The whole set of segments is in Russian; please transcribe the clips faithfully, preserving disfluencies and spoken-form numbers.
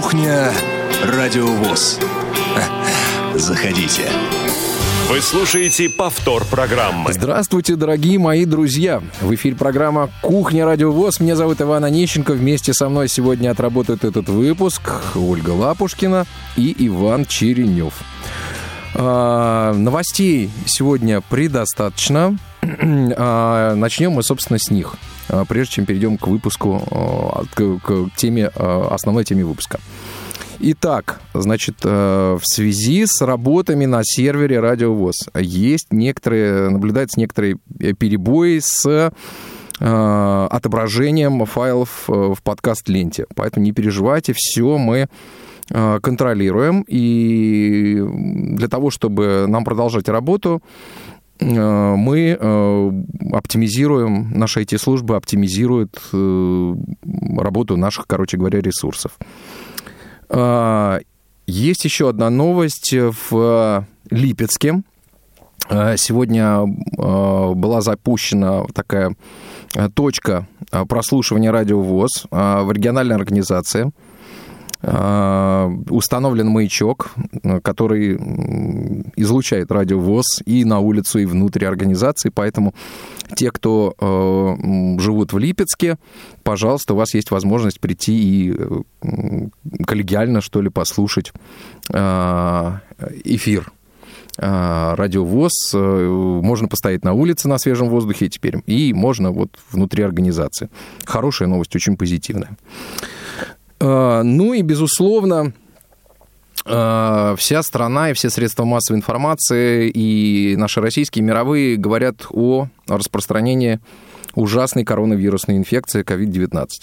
Кухня Радио ВОС. Заходите. Вы слушаете повтор программы. Здравствуйте, дорогие мои друзья. В эфире программа «Кухня Радио ВОС». Меня зовут Иван Онищенко. Вместе со мной сегодня отработают этот выпуск Ольга Лапушкина и Иван Черенев. А, новостей сегодня предостаточно. А, начнем мы, собственно, с них, прежде чем перейдем к выпуску, к, к теме, основной теме выпуска. Итак, значит, в связи с работами на сервере Радио ВОС есть некоторые, наблюдаются некоторые перебои с отображением файлов в подкаст-ленте. Поэтому не переживайте, все мы контролируем. И для того, чтобы нам продолжать работу, мы оптимизируем, наши ай ти-службы оптимизируют работу наших, короче говоря, ресурсов. Есть еще одна новость в Липецке. Сегодня была запущена такая точка прослушивания Радио ВОС в региональной организации. Установлен маячок, который излучает Радио ВОС и на улицу, и внутрь организации. Поэтому те, кто э, живут в Липецке, пожалуйста, у вас есть возможность прийти и э, коллегиально, что ли, послушать э, эфир э, Радио ВОС. Можно постоять на улице на свежем воздухе теперь, и можно вот внутри организации. Хорошая новость, очень позитивная. Ну и, безусловно, вся страна и все средства массовой информации, и наши российские, и мировые, говорят о распространении ужасной коронавирусной инфекции ковид девятнадцать.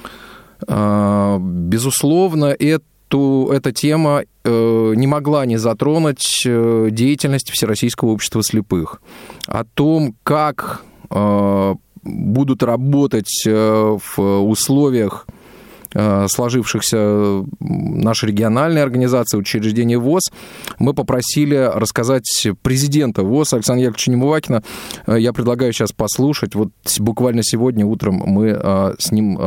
Безусловно, эту, эта тема не могла не затронуть деятельность Всероссийского общества слепых. О том, как будут работать в условиях сложившихся нашей региональной организации, учреждения ВОС, мы попросили рассказать президента ВОС Александра Яковлевича Немувакина. Я предлагаю сейчас послушать. Вот буквально сегодня утром мы с ним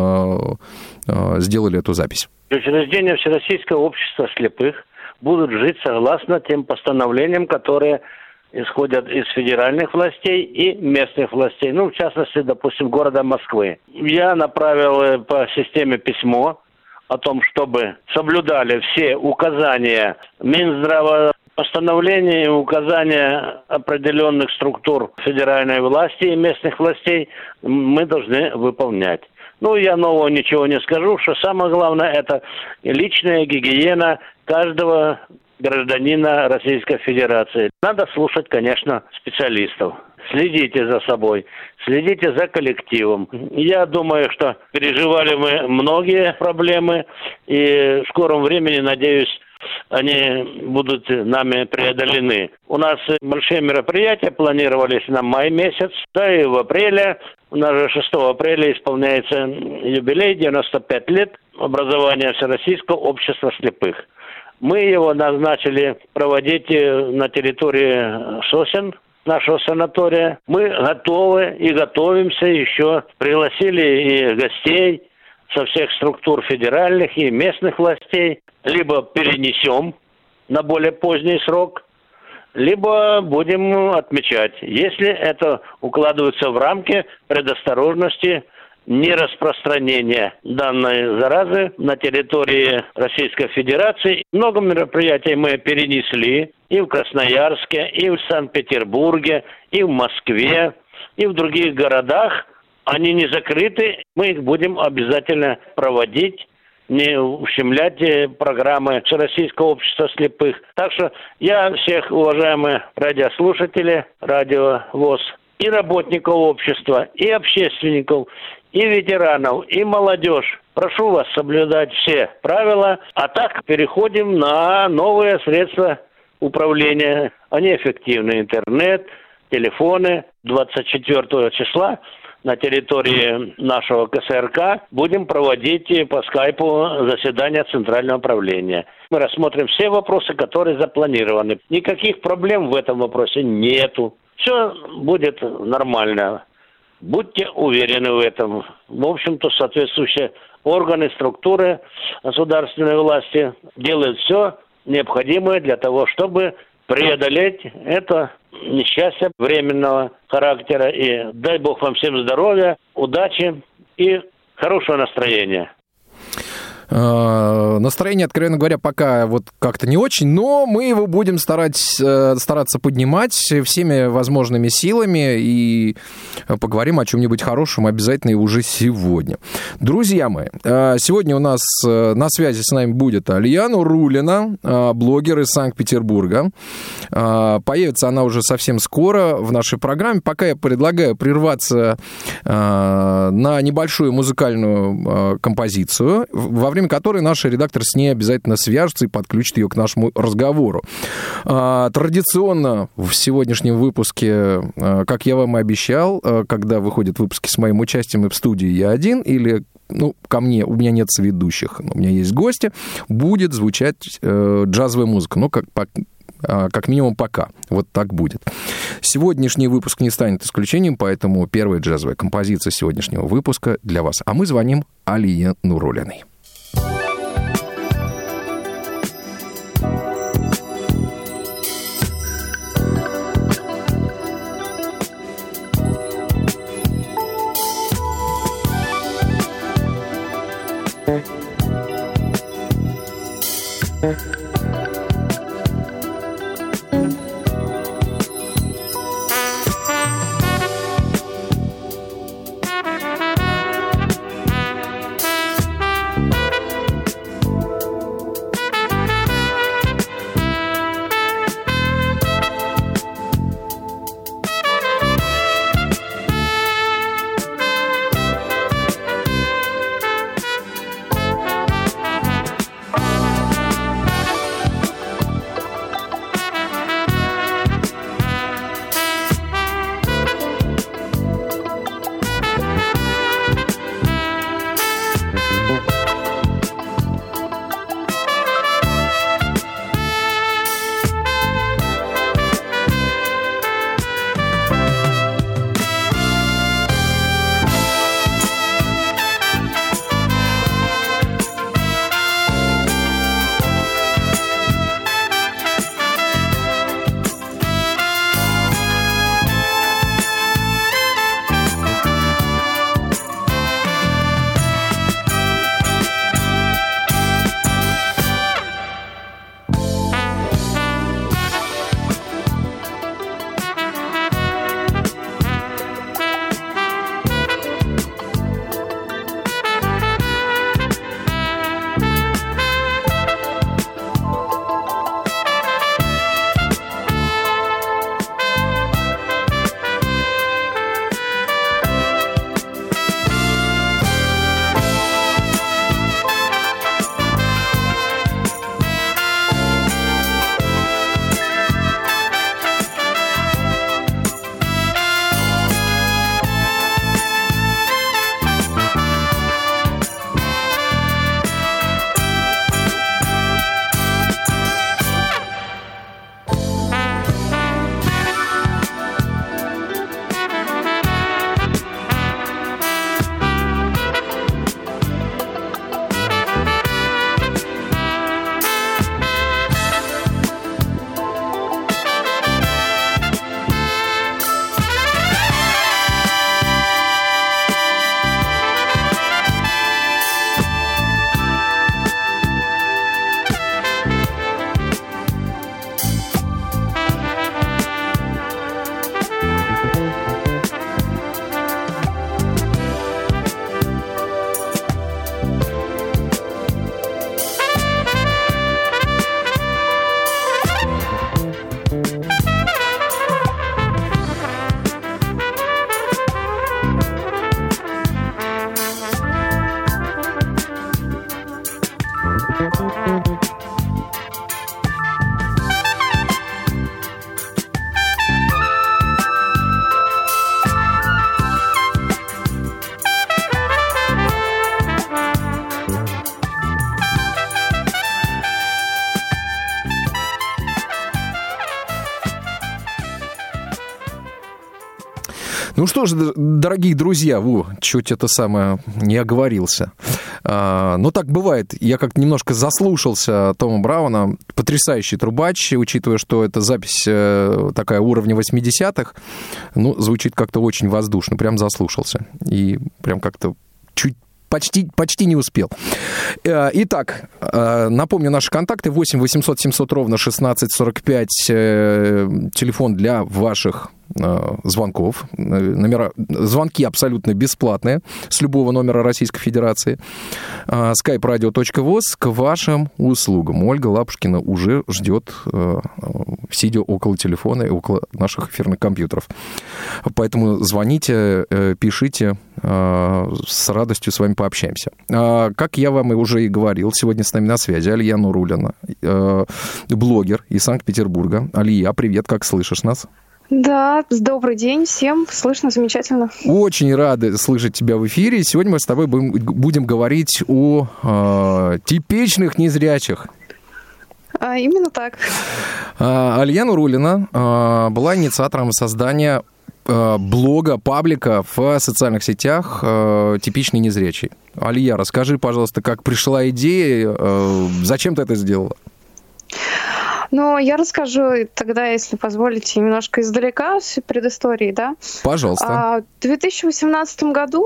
сделали эту запись. Учреждения Всероссийского общества слепых будут жить согласно тем постановлениям, которые исходят из федеральных властей и местных властей, ну, в частности, допустим, города Москвы. Я направил по системе письмо о том, чтобы соблюдали все указания Минздрава, постановления и указания определенных структур федеральной власти и местных властей мы должны выполнять. Ну, я нового ничего не скажу, что самое главное – это личная гигиена каждого гражданина Российской Федерации. Надо слушать, конечно, специалистов. Следите за собой, следите за коллективом. Я думаю, что переживали мы многие проблемы, и в скором времени, надеюсь, они будут нами преодолены. У нас большие мероприятия планировались на май месяц, да и в апреле. У нас же шестого апреля исполняется юбилей, девяносто пять лет образования Всероссийского общества слепых. Мы его назначили проводить на территории сосен нашего санатория. Мы готовы и готовимся еще. Пригласили и гостей со всех структур федеральных и местных властей. Либо перенесем на более поздний срок, либо будем отмечать, если это укладывается в рамки предосторожности нераспространения данной заразы на территории Российской Федерации. Много мероприятий мы перенесли и в Красноярске, и в Санкт-Петербурге, и в Москве, и в других городах. Они не закрыты, мы их будем обязательно проводить, не ущемлять программы Всероссийского общества слепых. Так что я всех, уважаемые радиослушатели, Радио ВОС, и работников общества, и общественников, и ветеранов, и молодежь. Прошу вас соблюдать все правила, а так переходим на новые средства управления. Они эффективны. Интернет, телефоны. двадцать четвёртого числа на территории нашего ка эс эр ка будем проводить по скайпу заседания Центрального управления. Мы рассмотрим все вопросы, которые запланированы. Никаких проблем в этом вопросе нету. Все будет нормально. Будьте уверены в этом. В общем-то, соответствующие органы, структуры государственной власти делают все необходимое для того, чтобы преодолеть это несчастье временного характера. И дай Бог вам всем здоровья, удачи и хорошего настроения. Настроение, откровенно говоря, пока вот как-то не очень, но мы его будем старать, стараться поднимать всеми возможными силами и поговорим о чем-нибудь хорошем обязательно и уже сегодня. Друзья мои, сегодня у нас на связи с нами будет Алия Нуруллина, блогер из Санкт-Петербурга. Появится она уже совсем скоро в нашей программе. Пока я предлагаю прерваться на небольшую музыкальную композицию, во время которой наш редактор с ней обязательно свяжется и подключит ее к нашему разговору. Традиционно в сегодняшнем выпуске, как я вам и обещал, когда выходят выпуски с моим участием и в студии я один, или ну, ко мне, у меня нет соведущих, но у меня есть гости, будет звучать джазовая музыка. Ну, как как минимум пока. Вот так будет. Сегодняшний выпуск не станет исключением, поэтому первая джазовая композиция сегодняшнего выпуска для вас. А мы звоним Алие Нуруллиной. Ну что ж, дорогие друзья, во, чуть это самое не оговорился. А, ну так бывает, я как-то немножко заслушался Тома Брауна, потрясающий трубач, учитывая, что это запись такая уровня восьмидесятых, ну, звучит как-то очень воздушно, прям заслушался. И прям как-то чуть Почти, почти не успел. Итак, напомню, наши контакты восемь восемьсот семьсот ровно шестнадцать сорок пять, телефон для ваших звонков. Номера, звонки абсолютно бесплатные с любого номера Российской Федерации. skype radio точка voz к вашим услугам. Ольга Лапушкина уже ждет, сидя около телефона и около наших эфирных компьютеров. Поэтому звоните, пишите, с радостью с вами пообщаемся. Как я вам уже и говорил, сегодня с нами на связи Алия Нуруллина, блогер из Санкт-Петербурга. Алия, привет, как слышишь нас? Да, добрый день всем, слышно замечательно. Очень рады слышать тебя в эфире. Сегодня мы с тобой будем, будем говорить о э, типичных незрячих. А, именно так. А, Алия Нуруллина а, была инициатором создания а, блога, паблика в социальных сетях а, «Типичный незрячий». Алия, расскажи, пожалуйста, как пришла идея, а, зачем ты это сделала? Ну, я расскажу тогда, если позволите, немножко издалека, с предыстории, да? Пожалуйста. В две тысячи восемнадцатом году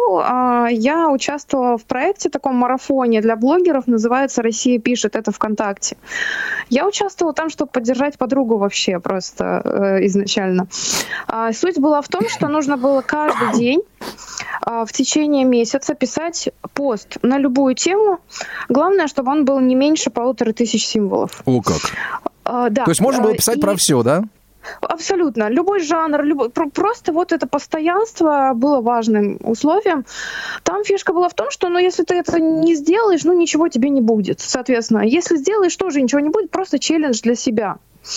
я участвовала в проекте, таком марафоне для блогеров, называется «Россия пишет», это ВКонтакте. Я участвовала там, чтобы поддержать подругу вообще просто изначально. Суть была в том, что нужно было каждый день в течение месяца писать пост на любую тему. Главное, чтобы он был не меньше полутора тысяч символов. О, как! Uh, да. То есть можно было писать и... про все, да? Абсолютно. Любой жанр, любой... просто вот это постоянство было важным условием. Там фишка была в том, что ну, если ты это не сделаешь, ну ничего тебе не будет. Соответственно, если сделаешь, тоже ничего не будет, просто челлендж для себя.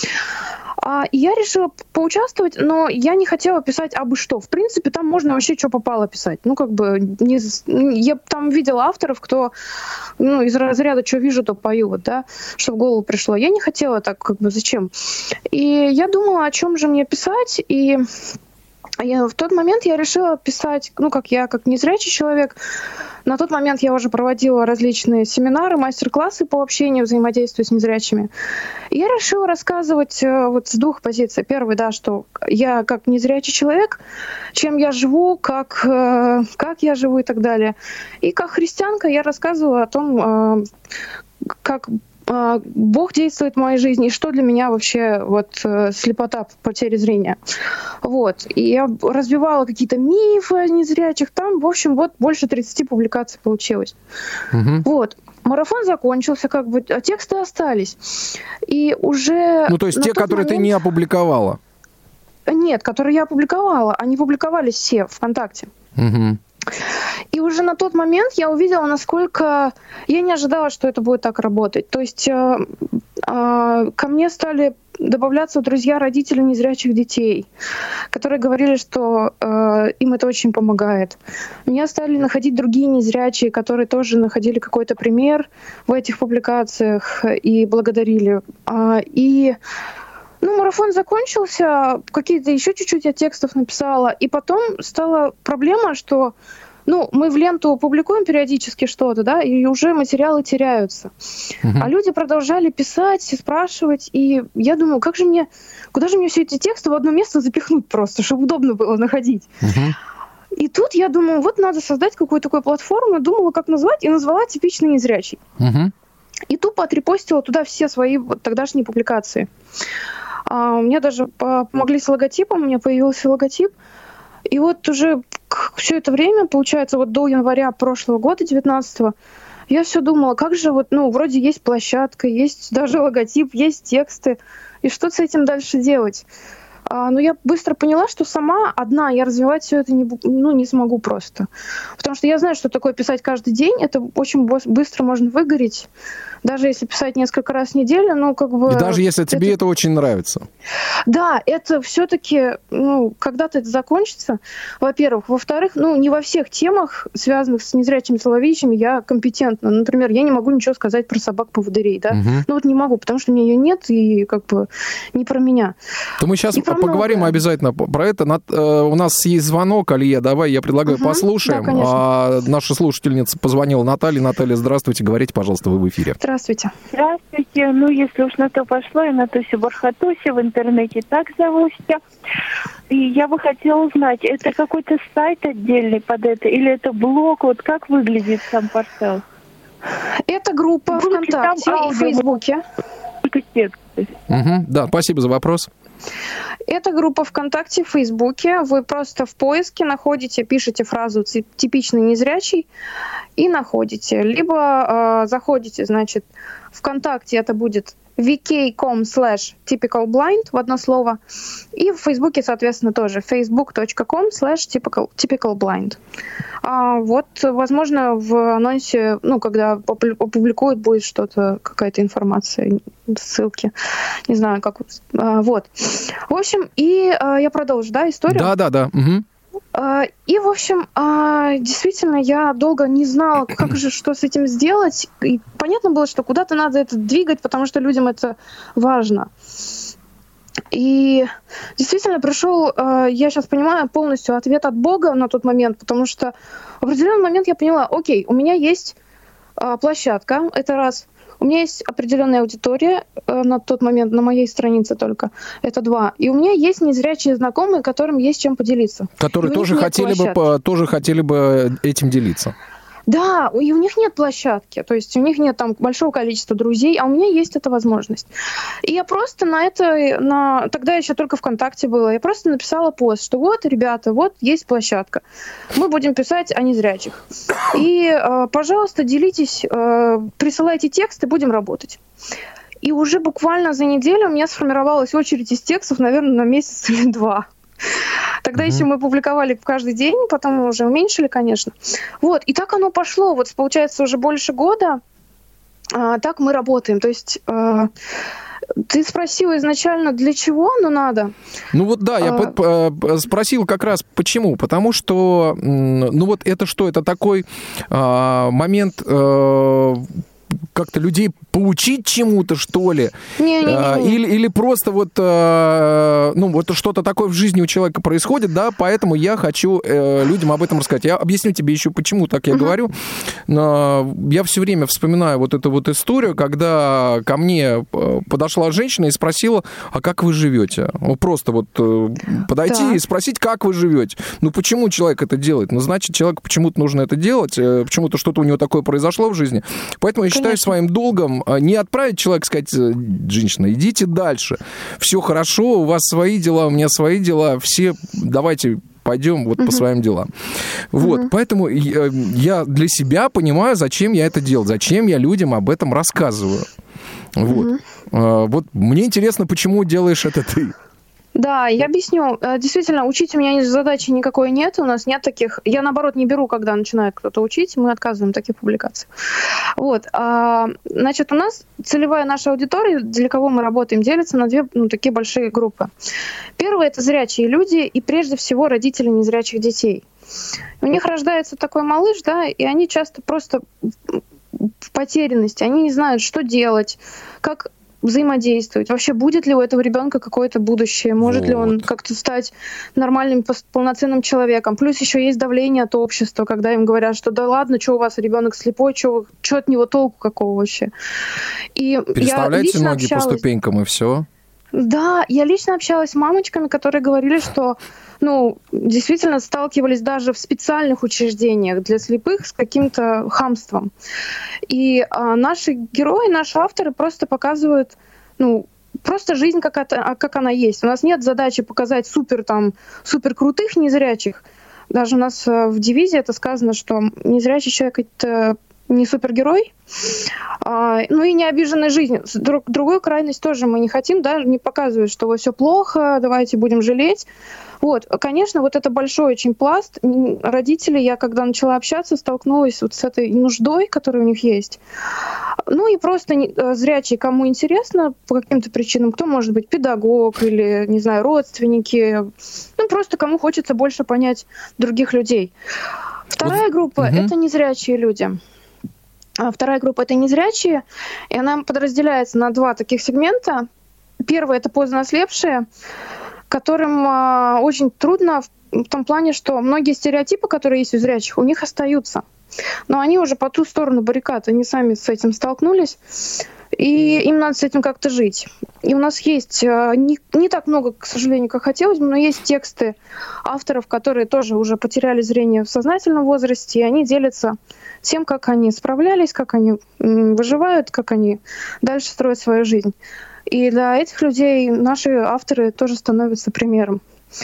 А, и я решила поучаствовать, но я не хотела писать абы что. В принципе, там можно вообще что попало писать. Ну, как бы, не, я там видела авторов, кто ну, из разряда «что вижу, то пою», вот, да, что в голову пришло. Я не хотела так, как бы, зачем. И я думала, о чем же мне писать, и я, в тот момент я решила писать, ну, как я, как незрячий человек. На тот момент я уже проводила различные семинары, мастер-классы по общению, взаимодействию с незрячими. И я решила рассказывать вот с двух позиций. Первый, да, что я как незрячий человек, чем я живу, как, как я живу и так далее. И как христианка я рассказывала о том, как Бог действует в моей жизни, и что для меня вообще вот слепота, потеря зрения. Вот. И я развивала какие-то мифы о незрячих. Там, в общем, вот больше тридцати публикаций получилось. Угу. Вот. Марафон закончился, как бы, а тексты остались. И уже... Ну, то есть те, которые момент... ты не опубликовала? Нет, которые я опубликовала. Они публиковались все ВКонтакте. Угу. И уже на тот момент я увидела, насколько... Я не ожидала, что это будет так работать. То есть э, э, ко мне стали добавляться друзья родителей незрячих детей, которые говорили, что э, им это очень помогает. Меня стали находить другие незрячие, которые тоже находили какой-то пример в этих публикациях и благодарили. А, и... Ну, марафон закончился, какие-то еще чуть-чуть я текстов написала, и потом стала проблема, что, ну, мы в ленту публикуем периодически что-то, да, и уже материалы теряются. Uh-huh. А люди продолжали писать, спрашивать, и я думаю, как же мне, куда же мне все эти тексты в одно место запихнуть просто, чтобы удобно было находить. Uh-huh. И тут я думаю, вот надо создать какую-то такую платформу, думала, как назвать, и назвала «Типичный незрячий». Uh-huh. И тупо отрепостила туда все свои вот тогдашние публикации. Uh, мне даже помогли с логотипом, у меня появился логотип. И вот уже все это время, получается, вот до января прошлого года, девятнадцатого, я все думала, как же вот, ну, вроде есть площадка, есть даже логотип, есть тексты, и что с этим дальше делать? Uh, но я быстро поняла, что сама одна я развивать все это не, ну, не смогу просто. Потому что я знаю, что такое писать каждый день, это очень быстро можно выгореть. Даже если писать несколько раз в неделю, ну, как бы... И даже если тебе это, это очень нравится. Да, это все-таки, ну, когда-то это закончится, во-первых. Во-вторых, ну, не во всех темах, связанных с незрячими слововичами, я компетентна. Например, я не могу ничего сказать про собак-поводырей, да? Угу. Ну, вот не могу, потому что у меня ее нет, и как бы не про меня. То мы сейчас про поговорим многое. обязательно про это. Над, э, у нас есть звонок, Алия, давай, я предлагаю, угу, послушаем. Да, а, наша слушательница позвонила Наталья. Наталья, здравствуйте, говорите, пожалуйста, вы в эфире. Здравствуйте. Здравствуйте. Ну, если уж на то пошло, я Натуся Бархатуся, в интернете так зовусь. И я бы хотела узнать, это какой-то сайт отдельный под это, или это блог? Вот как выглядит сам портал? Это группа ВКонтакте и в Фейсбуке. Угу, да, спасибо за вопрос. Это группа ВКонтакте, в Фейсбуке. Вы просто в поиске находите, пишете фразу «типичный незрячий» и находите. Либо э, заходите, значит, ВКонтакте это будет vk.com slash typicalblind в одно слово. И в Фейсбуке, соответственно, тоже facebook.com slash typicalblind. А вот, возможно, в анонсе, ну, когда опубликуют, будет что-то, какая-то информация, ссылки. Не знаю, как... А, вот. В общем, и а, я продолжу, да, историю? Да-да-да. Угу. И, в общем, действительно, я долго не знала, как же, что с этим сделать. И понятно было, что куда-то надо это двигать, потому что людям это важно. И действительно пришел, я сейчас понимаю, полностью ответ от Бога на тот момент, потому что в определенный момент я поняла, окей, у меня есть площадка, это раз. У меня есть определенная аудитория э, на тот момент, на моей странице только. Это два. И у меня есть незрячие знакомые, которым есть чем поделиться. Которые тоже хотели, бы, тоже хотели бы этим делиться. Да, и у них нет площадки, то есть у них нет там большого количества друзей, а у меня есть эта возможность. И я просто на это, на... тогда еще только ВКонтакте было, я просто написала пост, что вот, ребята, вот есть площадка, мы будем писать о незрячих. И, э, пожалуйста, делитесь, э, присылайте тексты, будем работать. И уже буквально за неделю у меня сформировалась очередь из текстов, наверное, на месяц или два. Тогда mm-hmm. еще мы публиковали каждый день, потом мы уже уменьшили, конечно. Вот, и так оно пошло. Вот, получается, уже больше года а, так мы работаем. То есть а, ты спросила изначально, для чего оно надо? Ну вот да, я а... спросил как раз почему. Потому что, ну вот это что, это такой а, момент... А, как-то людей поучить чему-то, что ли? Не, не, не, не. Или, или просто вот, э, ну, вот что-то такое в жизни у человека происходит, да, поэтому я хочу э, людям об этом рассказать. Я объясню тебе еще, почему так я uh-huh. говорю. Но я все время вспоминаю вот эту вот историю, когда ко мне подошла женщина и спросила, а как вы живете? Ну, просто вот э, подойти да. и спросить, как вы живете. Ну, почему человек это делает? Ну, значит, человеку почему-то нужно это делать, э, почему-то что-то у него такое произошло в жизни. Поэтому я считаю Конечно. своим долгом не отправить человека, сказать, женщина, идите дальше, все хорошо, у вас свои дела, у меня свои дела, все давайте пойдем вот uh-huh. по своим делам. Вот, uh-huh. поэтому я, я для себя понимаю, зачем я это делаю, зачем я людям об этом рассказываю. Вот. Uh-huh. А, вот мне интересно, почему делаешь это ты? Да, я объясню. Действительно, учить у меня задачи никакой нет. У нас нет таких... Я, наоборот, не беру, когда начинает кто-то учить. Мы отказываем таких публикаций. Вот. Значит, у нас целевая наша аудитория, для кого мы работаем, делится на две ну, такие большие группы. Первая – это зрячие люди и, прежде всего, родители незрячих детей. У них рождается такой малыш, да, и они часто просто в потерянности. Они не знают, что делать, как... взаимодействовать. Вообще, будет ли у этого ребенка какое-то будущее? Может вот. ли он как-то стать нормальным, полноценным человеком? Плюс еще есть давление от общества, когда им говорят, что да ладно, что у вас ребенок слепой, что от него толку какого вообще? И переставляйте ноги общалась... по ступенькам, и все. Да, я лично общалась с мамочками, которые говорили, что ну, действительно сталкивались даже в специальных учреждениях для слепых с каким-то хамством. И а, наши герои, наши авторы просто показывают, ну, просто жизнь, как, это, как она есть. У нас нет задачи показать супер, там, супер крутых незрячих. Даже у нас в девизе это сказано, что незрячий человек — это не супергерой, а, ну и не обиженная жизнь. Друг, другую крайность тоже мы не хотим, да, не показывать, что все плохо, давайте будем жалеть. Вот, конечно, вот это большой очень пласт. Родители, я когда начала общаться, столкнулась вот с этой нуждой, которая у них есть. Ну и просто зрячие, кому интересно по каким-то причинам, кто может быть педагог или, не знаю, родственники, ну просто кому хочется больше понять других людей. Вторая группа угу. – это незрячие люди. Вторая группа – это незрячие, и она подразделяется на два таких сегмента. Первый – это поздно ослепшие. которым э, очень трудно в, в том плане, что многие стереотипы, которые есть у зрячих, у них остаются. Но они уже по ту сторону баррикад, они сами с этим столкнулись, и им надо с этим как-то жить. И у нас есть э, не, не так много, к сожалению, как хотелось бы, но есть тексты авторов, которые тоже уже потеряли зрение в сознательном возрасте, и они делятся тем, как они справлялись, как они м, выживают, как они дальше строят свою жизнь. И для этих людей наши авторы тоже становятся примером.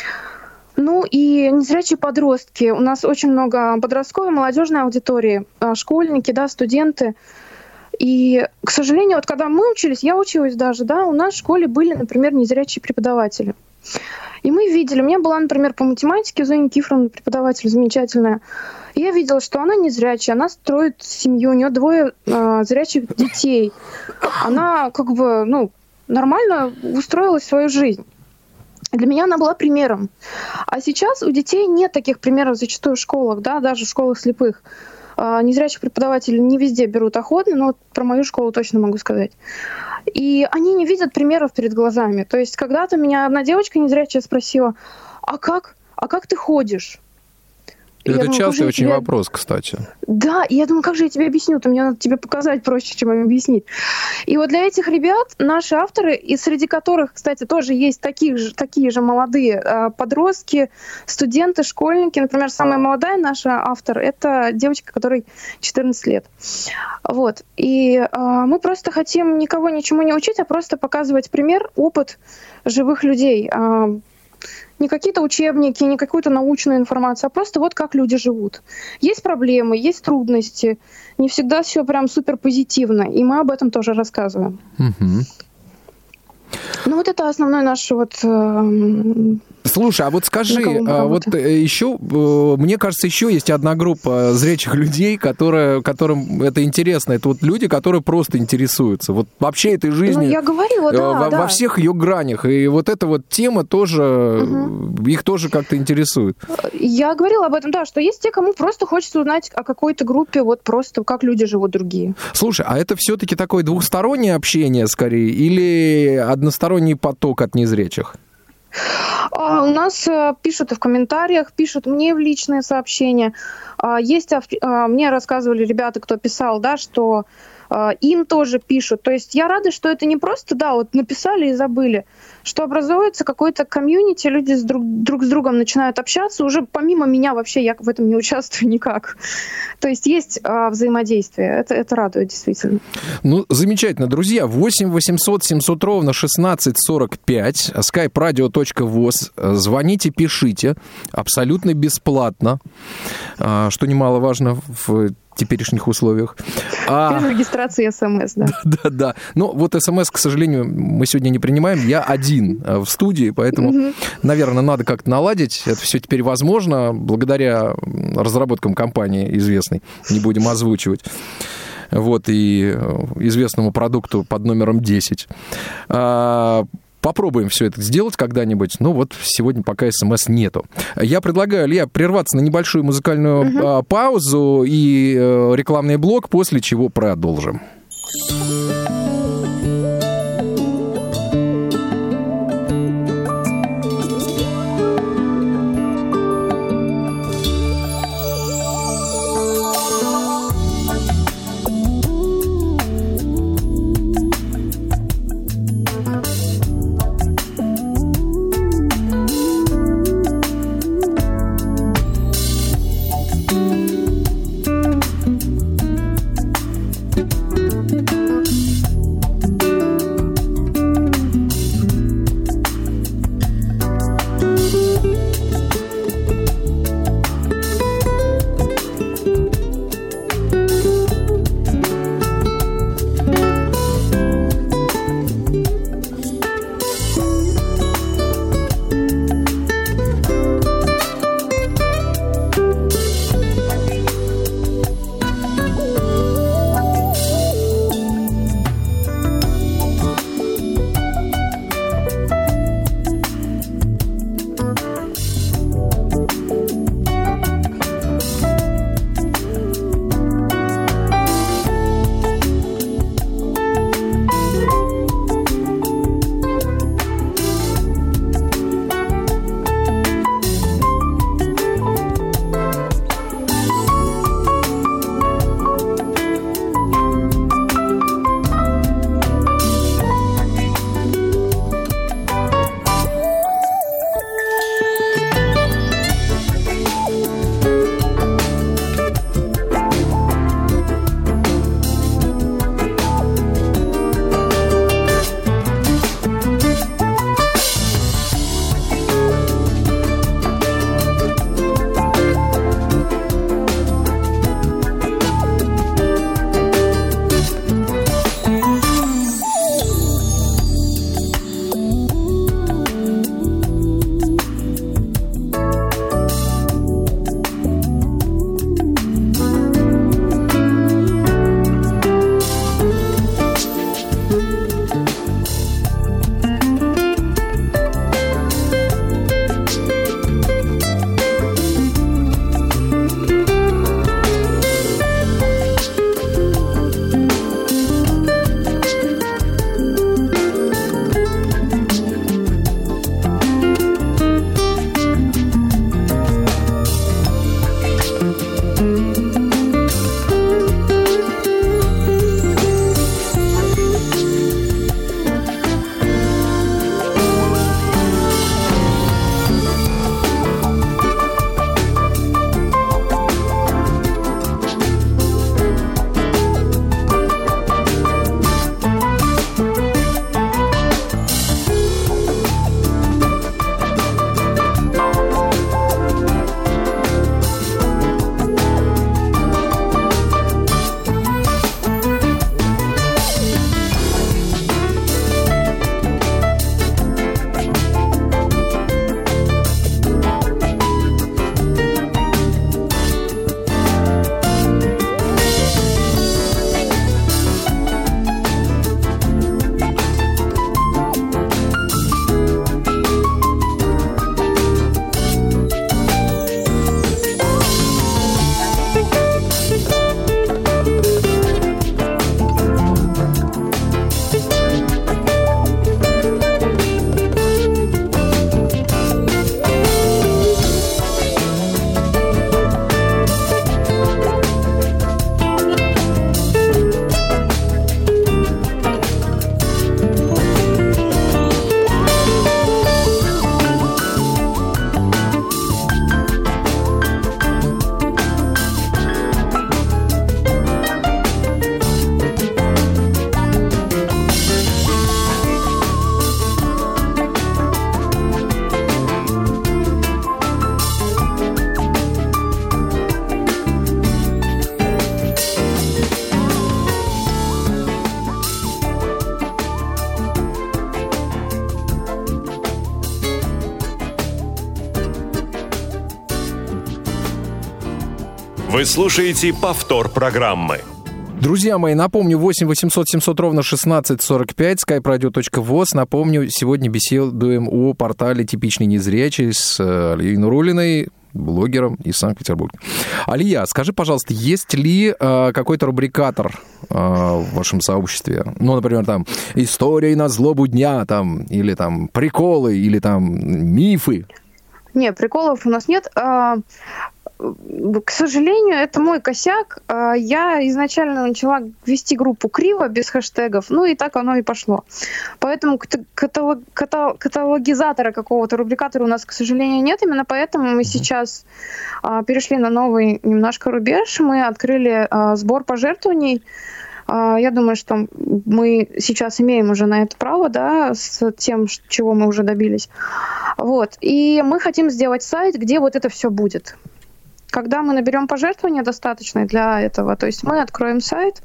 Ну и незрячие подростки. У нас очень много подростковой, молодежной аудитории, школьники, да, студенты. И, к сожалению, вот когда мы учились, я училась даже, да, у нас в школе были, например, незрячие преподаватели. И мы видели, у меня была, например, по математике Зоя Никифоровна, преподаватель замечательная. И я видела, что она незрячая, она строит семью, у нее двое э, зрячих детей. Она как бы, ну, нормально устроила свою жизнь. Для меня она была примером. А сейчас у детей нет таких примеров зачастую в школах, да, даже в школах слепых. Незрячих преподавателей не везде берут охотно, но вот про мою школу точно могу сказать. И они не видят примеров перед глазами. То есть когда-то меня одна девочка незрячая спросила, а как, а как ты ходишь? Это думаю, частый очень тебе... вопрос, кстати. Да, и я думаю, как же я тебе объясню? То мне надо тебе показать проще, чем им объяснить. И вот для этих ребят наши авторы, и среди которых, кстати, тоже есть таких же, такие же молодые э, подростки, студенты, школьники. Например, самая молодая наша автор – это девочка, которой четырнадцать лет. Вот. И э, мы просто хотим никого ничему не учить, а просто показывать пример, опыт живых людей. Э, Не какие-то учебники, не какую-то научную информацию, а просто вот как люди живут. Есть проблемы, есть трудности. Не всегда все прям супер позитивно. И мы об этом тоже рассказываем. Угу. Ну вот это основной наш вот... Э, Слушай, а вот скажи, вот еще, мне кажется, еще есть одна группа зрячих людей, которая, которым это интересно. Это вот люди, которые просто интересуются. Вот вообще этой жизнью. Ну, я говорила, да, во, да. во всех ее гранях. И вот эта вот тема тоже, угу. их тоже как-то интересует. Я говорила об этом, да, что есть те, кому просто хочется узнать о какой-то группе, вот просто как люди живут другие. Слушай, а это все-таки такое двухстороннее общение скорее или односторонний поток от незрячих? У нас пишут и в комментариях, пишут мне в личные сообщения. Есть, мне рассказывали ребята, кто писал, да, что им тоже пишут. То есть я рада, что это не просто, да, вот написали и забыли, что образуется какой-то комьюнити, люди с друг, друг с другом начинают общаться. Уже помимо меня вообще я в этом не участвую никак. То есть есть а, взаимодействие. Это, это радует действительно. Ну, замечательно. Друзья, восемь восемьсот семьсот ровно шестнадцать сорок пять, skype radio точка voz. Звоните, пишите. Абсолютно бесплатно, что немаловажно в теперешних условиях. А... Без регистрации СМС, да. Да, да. Ну, вот СМС, к сожалению, мы сегодня не принимаем. Я один в студии, поэтому, угу. наверное, надо как-то наладить. Это все теперь возможно благодаря разработкам компании известной. Не будем озвучивать. Вот, и известному продукту под номером десять. Попробуем все это сделать когда-нибудь. Ну вот сегодня пока СМС нету. Я предлагаю, Илья, прерваться на небольшую музыкальную uh-huh. паузу и рекламный блок, после чего продолжим. Вы слушаете повтор программы. Друзья мои, напомню, восемь восемьсот семьсот ровно шестнадцать сорок пять, skype radio точка voz. Напомню, сегодня беседуем о портале «Типичный незрячий» с Алией Нуруллиной, блогером из Санкт-Петербурга. Алия, скажи, пожалуйста, есть ли э, какой-то рубрикатор э, в вашем сообществе? Ну, например, там «Истории на злобу дня», там, или там «Приколы», или там «Мифы». Не, приколов у нас нет. К сожалению, это мой косяк. Я изначально начала вести группу криво, без хэштегов, ну и так оно и пошло. Поэтому каталог, каталог, каталогизатора какого-то, рубрикатора у нас, к сожалению, нет. Именно поэтому мы сейчас перешли на новый немножко рубеж. Мы открыли сбор пожертвований. Я думаю, что мы сейчас имеем уже на это право, да, с тем, чего мы уже добились. Вот. И мы хотим сделать сайт, где вот это все будет. Когда мы наберем пожертвования достаточные для этого, то есть мы откроем сайт,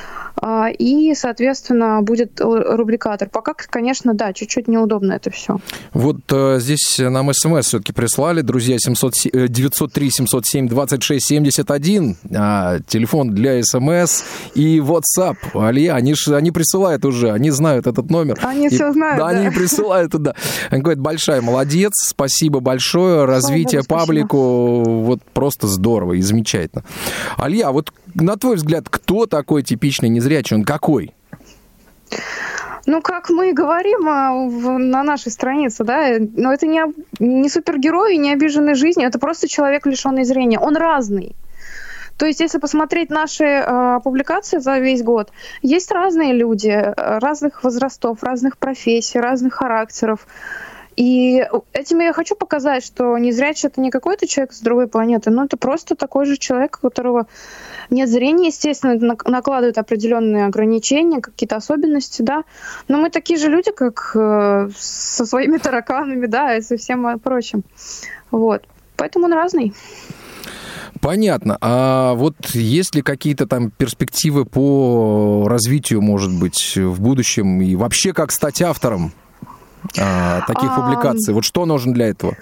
и, соответственно, будет рубрикатор. Пока, конечно, да, чуть-чуть неудобно это все. Вот э, здесь нам смс все-таки прислали, друзья, девятьсот три семьсот семь двадцать шесть семьдесят один, а, телефон для смс и WhatsApp. Алия, они, ж, они присылают уже, они знают этот номер. Они и, все знают, да. Да, они присылают туда. Они говорят, большая молодец, спасибо большое, развитие Богу, паблику, вот просто здорово и замечательно. Алия, вот на твой взгляд, кто такой типичный незрячий? Он какой? Ну, как мы говорим на нашей странице, да, но это не, не супергерой, не обиженный жизнью, это просто человек, лишенный зрения. Он разный. То есть, если посмотреть наши э, публикации за весь год, есть разные люди, разных возрастов, разных профессий, разных характеров. И этим я хочу показать, что незрячий — это не какой-то человек с другой планеты, но это просто такой же человек, у которого нет зрения, естественно, накладывает определенные ограничения, какие-то особенности, да. Но мы такие же люди, как э, со своими тараканами, да, и со всем прочим. Вот. Поэтому он разный. Понятно. А вот есть ли какие-то там перспективы по развитию, может быть, в будущем? И вообще, как стать автором а, таких а... публикаций? Вот что нужно для этого?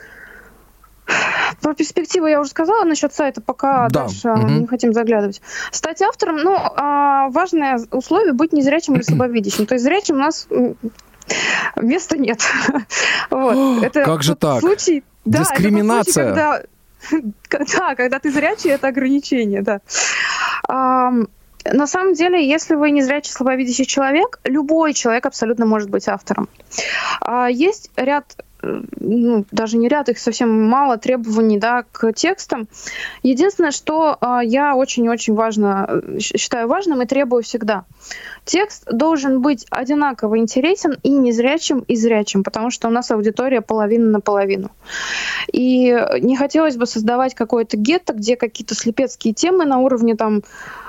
Про перспективы я уже сказала, насчет сайта пока да. дальше угу. не хотим заглядывать. Стать автором, ну, важное условие — быть незрячим или слабовидящим. То есть зрячим у нас места нет. Вот. Это как же так? Случай, дискриминация. Да, это случай, когда, да, когда ты зрячий, это ограничение, да. А, на самом деле, если вы незрячий, слабовидящий человек, любой человек абсолютно может быть автором. А, есть ряд, ну, даже не ряд, их совсем мало требований, да, к текстам. Единственное, что а, я очень-очень важно, считаю важным и требую всегда. Текст должен быть одинаково интересен и незрячим, и зрячим, потому что у нас аудитория половина на половину. И не хотелось бы создавать какое-то гетто, где какие-то слепецкие темы на уровне там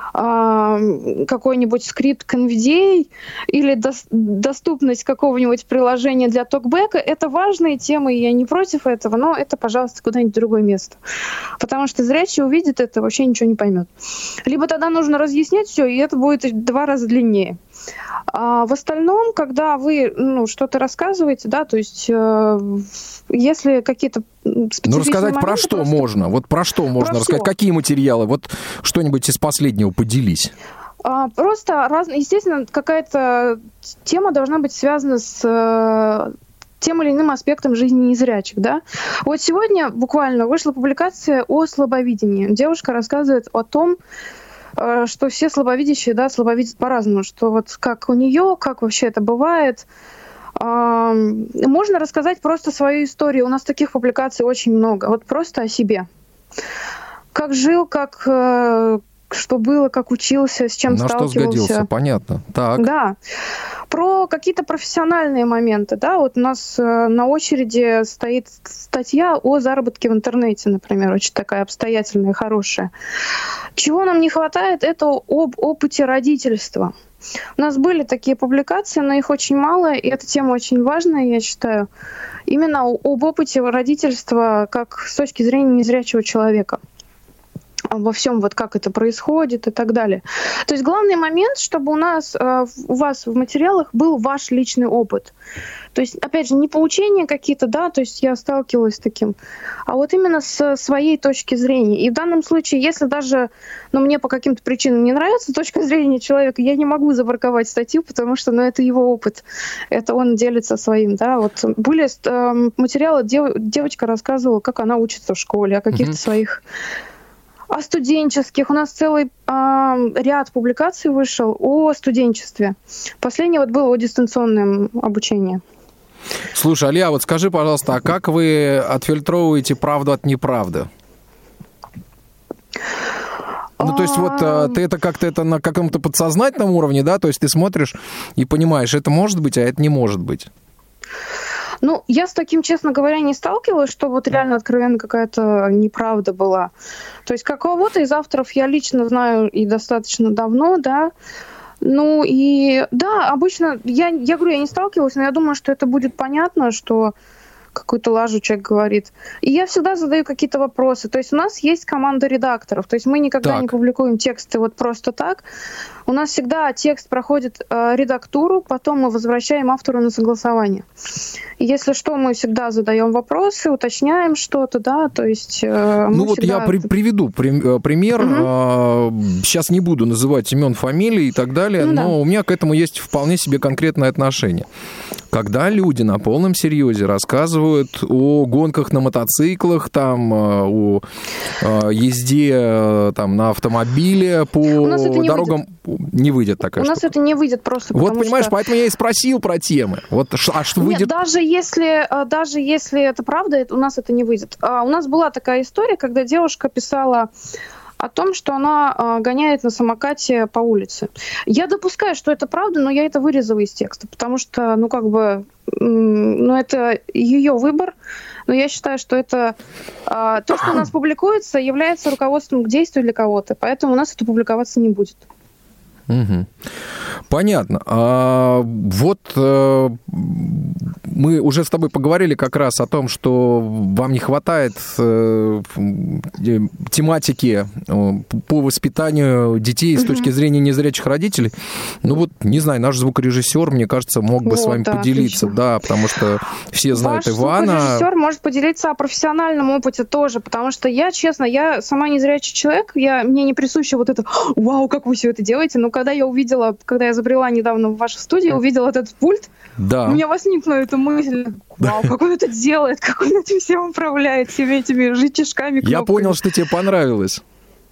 какой-нибудь скрипт конвидей или до, доступность какого-нибудь приложения для токбека. Это важные темы, и я не против этого, но это, пожалуйста, куда-нибудь в другое место. Потому что зрячий увидит это, вообще ничего не поймет. Либо тогда нужно разъяснять все, и это будет в два раза длиннее. А в остальном, когда вы ну, что-то рассказываете, да, то есть э, если какие-то специфичные Ну, рассказать моменты, про что просто... можно? Вот про что можно про рассказать? Все. Какие материалы? Вот что-нибудь из последнего поделись. А, просто, раз... естественно, какая-то тема должна быть связана с э, тем или иным аспектом жизни незрячих, да. Вот сегодня буквально вышла публикация о слабовидении. Девушка рассказывает о том, что все слабовидящие, да, слабовидят по-разному, что вот как у нее, как вообще это бывает. Можно рассказать просто свою историю. У нас таких публикаций очень много. Вот просто о себе. Как жил, как что было, как учился, с чем На сталкивался. На что сгодился, понятно. Так. Да. Про какие-то профессиональные моменты, да, вот у нас на очереди стоит статья о заработке в интернете, например, очень такая обстоятельная, хорошая. Чего нам не хватает, это об опыте родительства. У нас были такие публикации, но их очень мало, и эта тема очень важная, я считаю, именно об опыте родительства как с точки зрения незрячего человека. во всем, вот как это происходит и так далее. То есть главный момент, чтобы у нас, у вас в материалах был ваш личный опыт. То есть, опять же, не поучения какие-то, да, то есть я сталкивалась с таким, а вот именно с своей точки зрения. И в данном случае, если даже, ну, мне по каким-то причинам не нравится точка зрения человека, я не могу забраковать статью, потому что, ну, это его опыт, это он делится своим, да. Вот были э, материалы, дев, девочка рассказывала, как она учится в школе, о каких-то mm-hmm. своих... О студенческих. У нас целый э, ряд публикаций вышел о студенчестве. Последний вот был о дистанционном обучении. Слушай, Алия, вот скажи, пожалуйста, а как вы отфильтровываете правду от неправды? Ну, то есть вот ты это как-то это на каком-то подсознательном уровне, да? То есть ты смотришь и понимаешь, это может быть, а это не может быть. Ну, я с таким, честно говоря, не сталкивалась, что вот реально откровенно какая-то неправда была. То есть какого-то из авторов я лично знаю и достаточно давно, да. Ну и да, обычно, я, я говорю, я не сталкивалась, но я думаю, что это будет понятно, что какую-то лажу человек говорит. И я всегда задаю какие-то вопросы. То есть у нас есть команда редакторов. То есть мы никогда так. не публикуем тексты вот просто так. У нас всегда текст проходит э, редактуру, потом мы возвращаем автору на согласование. И если что, мы всегда задаем вопросы, уточняем что-то, да, то есть... Э, ну вот всегда... я при, приведу при, пример. Угу. Сейчас не буду называть имен, фамилий и так далее, ну, но да. у меня к этому есть вполне себе конкретное отношение. Когда люди на полном серьезе рассказывают о гонках на мотоциклах, там, о езде там, на автомобиле по дорогам... Выйдет. Не выйдет такая У штука. нас это не выйдет просто Вот, понимаешь, что... поэтому я и спросил про темы. Вот, а что выйдет? Нет, даже если, даже если это правда, у нас это не выйдет. У нас была такая история, когда девушка писала о том, что она э, гоняет на самокате по улице. Я допускаю, что это правда, но я это вырезала из текста, потому что, ну, как бы, ну, это ее выбор, но я считаю, что это э, то, что у нас публикуется, является руководством к действию для кого-то, поэтому у нас это публиковаться не будет. Угу. Понятно. А, вот а, мы уже с тобой поговорили как раз о том, что вам не хватает а, тематики а, по воспитанию детей с угу. точки зрения незрячих родителей. Ну вот, не знаю, наш звукорежиссер, мне кажется, мог бы вот, с вами да, поделиться, отлично. Да, потому что все знают Ваш Ивана. Ваш звукорежиссер может поделиться о профессиональном опыте тоже, потому что я, честно, я сама незрячий человек, я, мне не присуще вот это, вау, как вы все это делаете, но когда я увидела, когда я забрела недавно в вашу студию, увидела этот пульт, да. у меня возникла эта мысль, вау, как он это делает, как он этим всем управляет, всеми этими житишками, кнопками. Я понял, что тебе понравилось.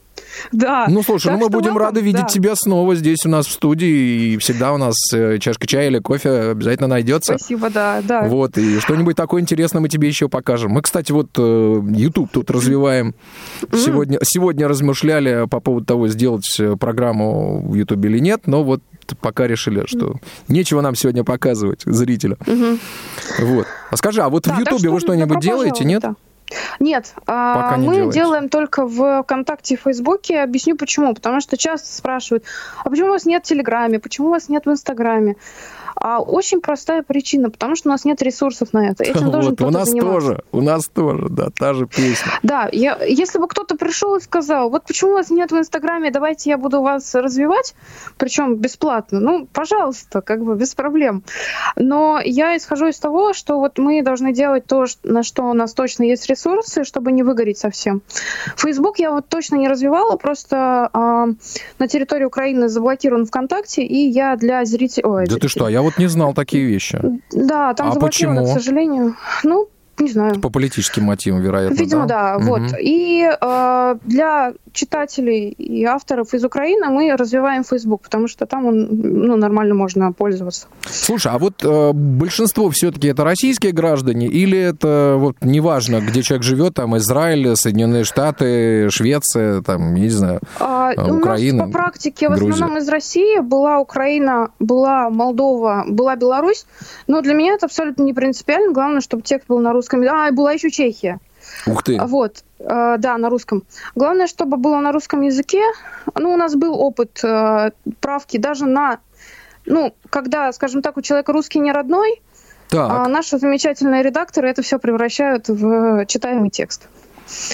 Да. Ну, слушай, ну мы будем welcome, рады видеть да. тебя снова здесь у нас в студии, и всегда у нас чашка чая или кофе обязательно найдется. Спасибо, да, да. Вот, и что-нибудь такое интересное мы тебе еще покажем. Мы, кстати, вот YouTube тут развиваем. Mm. Сегодня, сегодня размышляли по поводу того, сделать программу в YouTube или нет, но вот пока решили, что нечего нам сегодня показывать зрителю. Mm-hmm. Вот. А скажи, а вот да, в YouTube вы что-нибудь делаете, нет? Да. Нет, Пока мы не делаем только в ВКонтакте и Фейсбуке. Объясню почему. Потому что часто спрашивают, а почему у вас нет в Телеграме, почему у вас нет в Инстаграме? А очень простая причина, потому что у нас нет ресурсов на это. Этим должен вот, кто-то у нас заниматься. тоже, у нас тоже, да, та же песня. Да, я, если бы кто-то пришел и сказал, вот почему у вас нет в Инстаграме, давайте я буду вас развивать, причем бесплатно, ну, пожалуйста, как бы без проблем. Но я исхожу из того, что вот мы должны делать то, на что у нас точно есть ресурсы, чтобы не выгореть совсем. Фейсбук я вот точно не развивала, просто э, на территории Украины заблокирован ВКонтакте, и я для зрителей... Ой, да ты что, а я вот не знал такие вещи. Да, там а заблокировано, почему? К сожалению. Ну, не знаю. По политическим мотивам, вероятно, Видимо, да. да угу. Вот. И э, для читателей и авторов из Украины мы развиваем Facebook, потому что там он, ну, нормально можно пользоваться. Слушай, а вот э, большинство все-таки это российские граждане или это вот неважно, где человек живет, там Израиль, Соединенные Штаты, Швеция, там, не знаю, а, Украина, у нас по практике Грузия. В основном из России была Украина, была Молдова, была Беларусь, но для меня это абсолютно не принципиально. Главное, чтобы текст был на русском. А, и была еще Чехия. Ух ты. Вот, э, да, на русском. Главное, чтобы было на русском языке. Ну, у нас был опыт э, правки даже на... Ну, когда, скажем так, у человека русский не родной, а наши замечательные редакторы это все превращают в читаемый текст.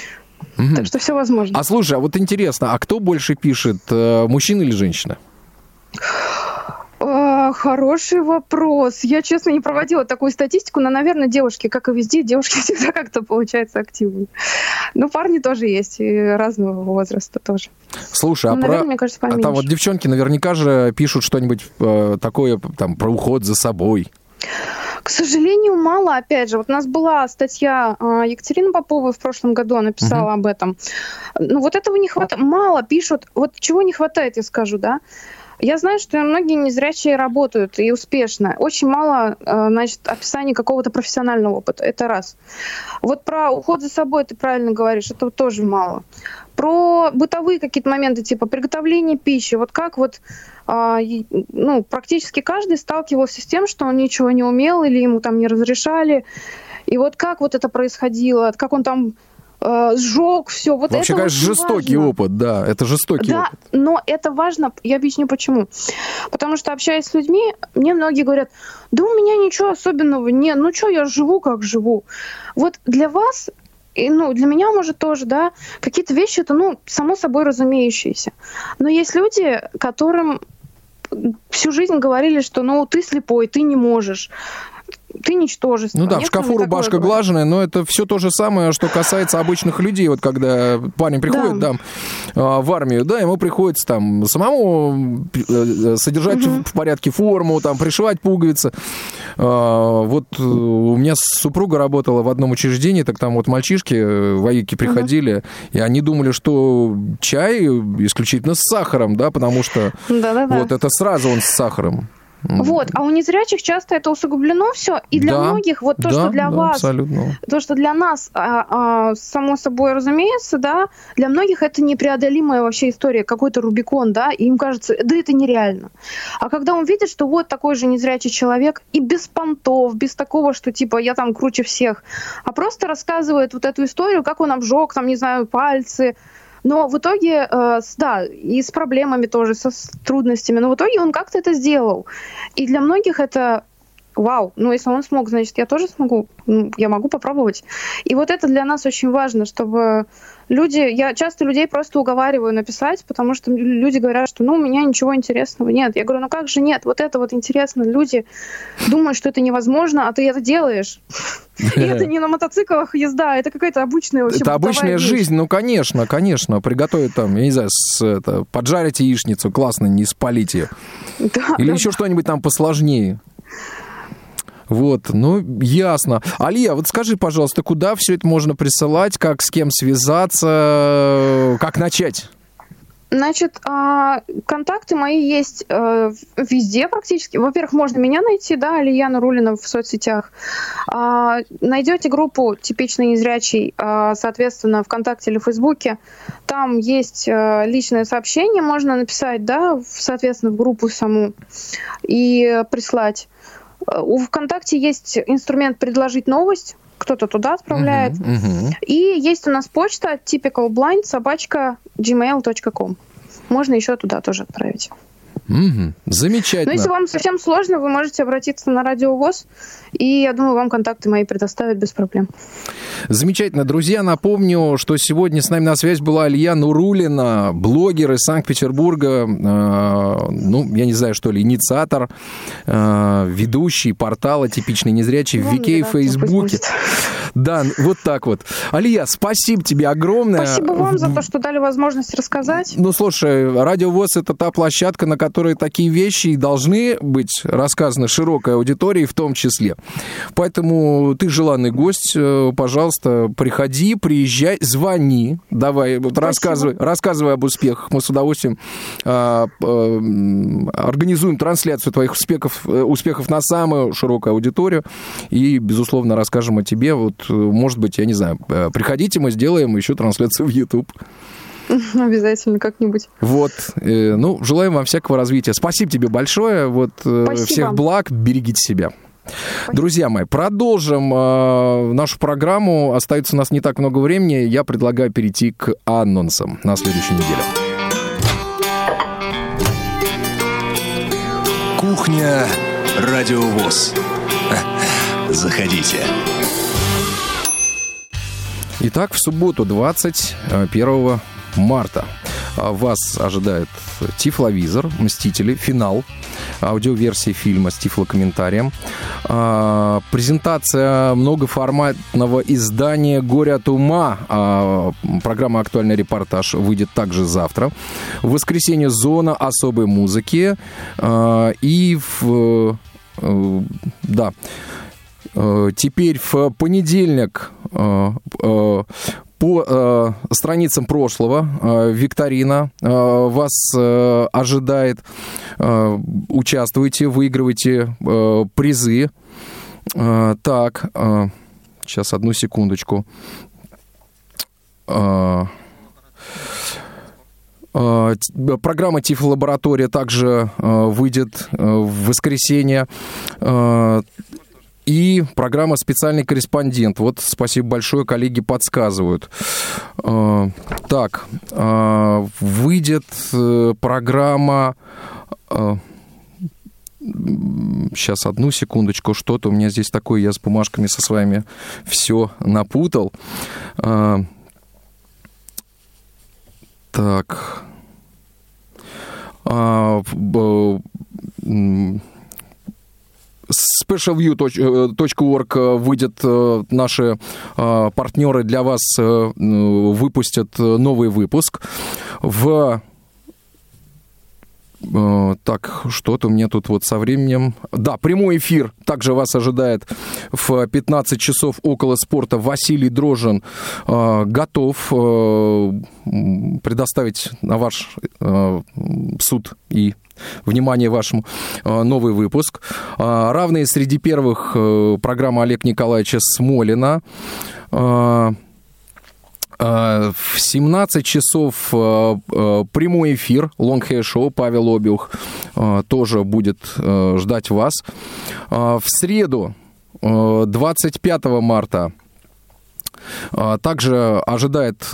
Угу. Так что все возможно. А слушай, а вот интересно, а кто больше пишет, мужчина или женщина? Хороший вопрос. Я, честно, не проводила такую статистику, но, наверное, девушки, как и везде, девушки всегда как-то получаются активны. Но парни тоже есть, и разного возраста тоже. Слушай, ну, а наверное, про... мне кажется, а там вот девчонки наверняка же пишут что-нибудь э, такое там, про уход за собой. К сожалению, мало, опять же. Вот у нас была статья э, Екатерины Поповой в прошлом году, она писала uh-huh. об этом. Ну, вот этого не хватает. Мало пишут. Вот чего не хватает, я скажу, да? Я знаю, что многие незрячие работают и успешно. Очень мало, значит, описаний какого-то профессионального опыта. Это раз. Вот про уход за собой ты правильно говоришь, это тоже мало. Про бытовые какие-то моменты, типа приготовление пищи. Вот как вот ну, практически каждый сталкивался с тем, что он ничего не умел или ему там не разрешали. И вот как вот это происходило, как он там сжег все. Вот вообще, это конечно, жестокий важно. опыт, да, это жестокий да, опыт. Да, но это важно, я объясню почему. Потому что, общаясь с людьми, мне многие говорят, да у меня ничего особенного нет, ну что, я живу как живу. Вот для вас, и, ну, для меня, может, тоже, да, какие-то вещи, это, ну, само собой разумеющиеся. Но есть люди, которым всю жизнь говорили, что, ну, ты слепой, ты не можешь. Ты ничтожество. Ну да, в шкафу рубашка глаженная, но это все то же самое, что касается обычных людей. Вот когда парень приходит да. там, в армию, да, ему приходится там самому содержать угу. в порядке форму, там, пришивать пуговицы. Вот у меня супруга работала в одном учреждении, так там вот мальчишки, вояки приходили, угу. и они думали, что чай исключительно с сахаром, да, потому что Да-да-да. вот это сразу он с сахаром. Вот, а у незрячих часто это усугублено все, и для да, многих вот то, да, что для да, вас, абсолютно. То, что для нас, а, а, само собой разумеется, да, для многих это непреодолимая вообще история, какой-то Рубикон, да, и им кажется, да это нереально. А когда он видит, что вот такой же незрячий человек, и без понтов, без такого, что типа я там круче всех, а просто рассказывает вот эту историю, как он обжег, там, не знаю, пальцы. Но в итоге, э, да, и с проблемами тоже, со, с трудностями, но в итоге он как-то это сделал. И для многих это вау, ну если он смог, значит, я тоже смогу, я могу попробовать. И вот это для нас очень важно, чтобы люди, я часто людей просто уговариваю написать, потому что люди говорят, что ну у меня ничего интересного нет. Я говорю, ну как же нет, вот это вот интересно. Люди думают, что это невозможно, а ты это делаешь. И это не на мотоциклах езда, это какая-то обычная вообще Это обычная жизнь, ну конечно, конечно. Приготовить там, я не знаю, с, это, поджарить яичницу, классно, не спалить ее. Да, Или да, еще да. что-нибудь там посложнее. Вот, ну, ясно. Алия, вот скажи, пожалуйста, куда все это можно присылать, как с кем связаться, как начать? Значит, контакты мои есть везде практически. Во-первых, можно меня найти, да, Алия Нуруллина в соцсетях. Найдете группу «Типичный незрячий», соответственно, ВКонтакте или в Фейсбуке. Там есть личное сообщение, можно написать, да, соответственно, в группу саму и прислать. У ВКонтакте есть инструмент «Предложить новость», кто-то туда отправляет. Uh-huh, uh-huh. И есть у нас почта typicalblind собака gmail точка com. Можно еще туда тоже отправить. Угу, замечательно. Но если вам совсем сложно, вы можете обратиться на Радио ВОС, и я думаю, вам контакты мои предоставят без проблем. Замечательно. Друзья, напомню, что сегодня с нами на связь была Алия Нуруллина, блогер из Санкт-Петербурга, э, ну, я не знаю, что ли, инициатор, э, ведущий портала «Типичный незрячий» в Вике и Фейсбуке. Да, вот так вот. Алия, спасибо тебе огромное. Спасибо вам за то, что дали возможность рассказать. Ну, слушай, Радио ВОС — это та площадка, на которой такие вещи должны быть рассказаны широкой аудитории в том числе. Поэтому ты желанный гость, пожалуйста, приходи, приезжай, звони, давай, вот рассказывай, рассказывай об успехах. Мы с удовольствием а, а, организуем трансляцию твоих успехов, успехов на самую широкую аудиторию и, безусловно, расскажем о тебе. Вот, может быть, я не знаю, приходите, мы сделаем еще трансляцию в YouTube. Обязательно как-нибудь. Вот. Ну, желаем вам всякого развития. Спасибо тебе большое. Вот. Спасибо. Всех благ. Берегите себя. Спасибо. Друзья мои, продолжим э, нашу программу. Остается у нас не так много времени. Я предлагаю перейти к анонсам на следующей неделе. Кухня Радио ВОС. Заходите. Итак, в субботу, двадцать первого марта, вас ожидает Тифловизор, «Мстители», финал, аудиоверсии фильма с тифлокомментарием, презентация многоформатного издания «Горе от ума». Программа «Актуальный репортаж» выйдет также завтра. В воскресенье «Зона особой музыки». И в... Да... Теперь в понедельник по страницам прошлого викторина вас ожидает. Участвуйте, выигрывайте призы. Так, сейчас одну секундочку. Программа «Тифлолаборатория» также выйдет в воскресенье. И программа «Специальный корреспондент». Вот, спасибо большое, коллеги подсказывают. Так, выйдет программа... Сейчас, одну секундочку. Что-то у меня здесь такое, я с бумажками со своими все напутал. Так... спешалвью точка орг выйдет, наши партнеры для вас выпустят новый выпуск. В... Так, что-то у меня тут вот со временем... Да, прямой эфир также вас ожидает в пятнадцать часов около спорта. Василий Дрожжин готов предоставить на ваш суд и внимание вашему новый выпуск. Равные среди первых программа Олега Николаевича Смолина. В семнадцать часов прямой эфир Long Hair Show, Павел Обиух тоже будет ждать вас. В среду, двадцать пятого марта, также ожидает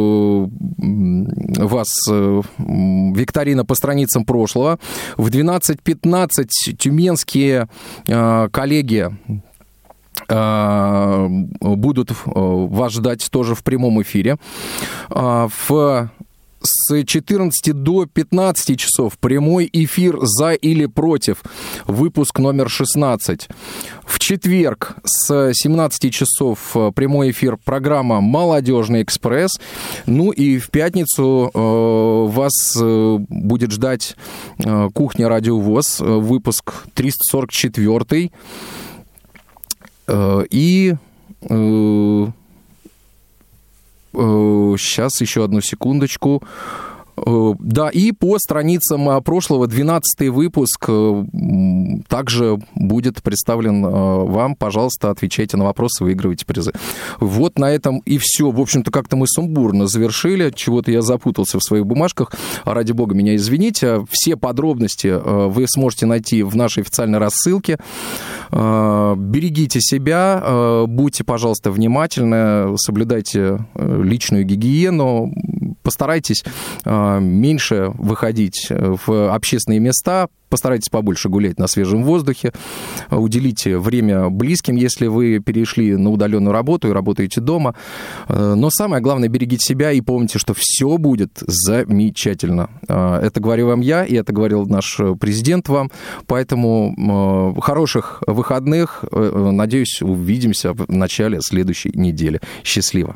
вас викторина по страницам прошлого. В двенадцать пятнадцать тюменские коллеги будут вас ждать тоже в прямом эфире. В С четырнадцати до пятнадцати часов прямой эфир «За или против», выпуск номер шестнадцать. В четверг с семнадцати часов прямой эфир программа «Молодежный экспресс». Ну и в пятницу э, вас э, будет ждать э, «Кухня Радио ВОС», выпуск триста сорок четвёртый. Э, и... Э, Сейчас, еще одну секундочку. Да, и по страницам прошлого двенадцатый выпуск также будет представлен вам. Пожалуйста, отвечайте на вопросы, выигрывайте призы. Вот на этом и все. В общем-то, как-то мы сумбурно завершили. Чего-то я запутался в своих бумажках. Ради бога, меня извините. Все подробности вы сможете найти в нашей официальной рассылке. Берегите себя, будьте, пожалуйста, внимательны, соблюдайте личную гигиену, постарайтесь меньше выходить в общественные места, постарайтесь побольше гулять на свежем воздухе, уделите время близким, если вы перешли на удаленную работу и работаете дома. Но самое главное, берегите себя и помните, что все будет замечательно. Это говорю вам я, и это говорил наш президент вам. Поэтому хороших выходных. Надеюсь, увидимся в начале следующей недели. Счастливо.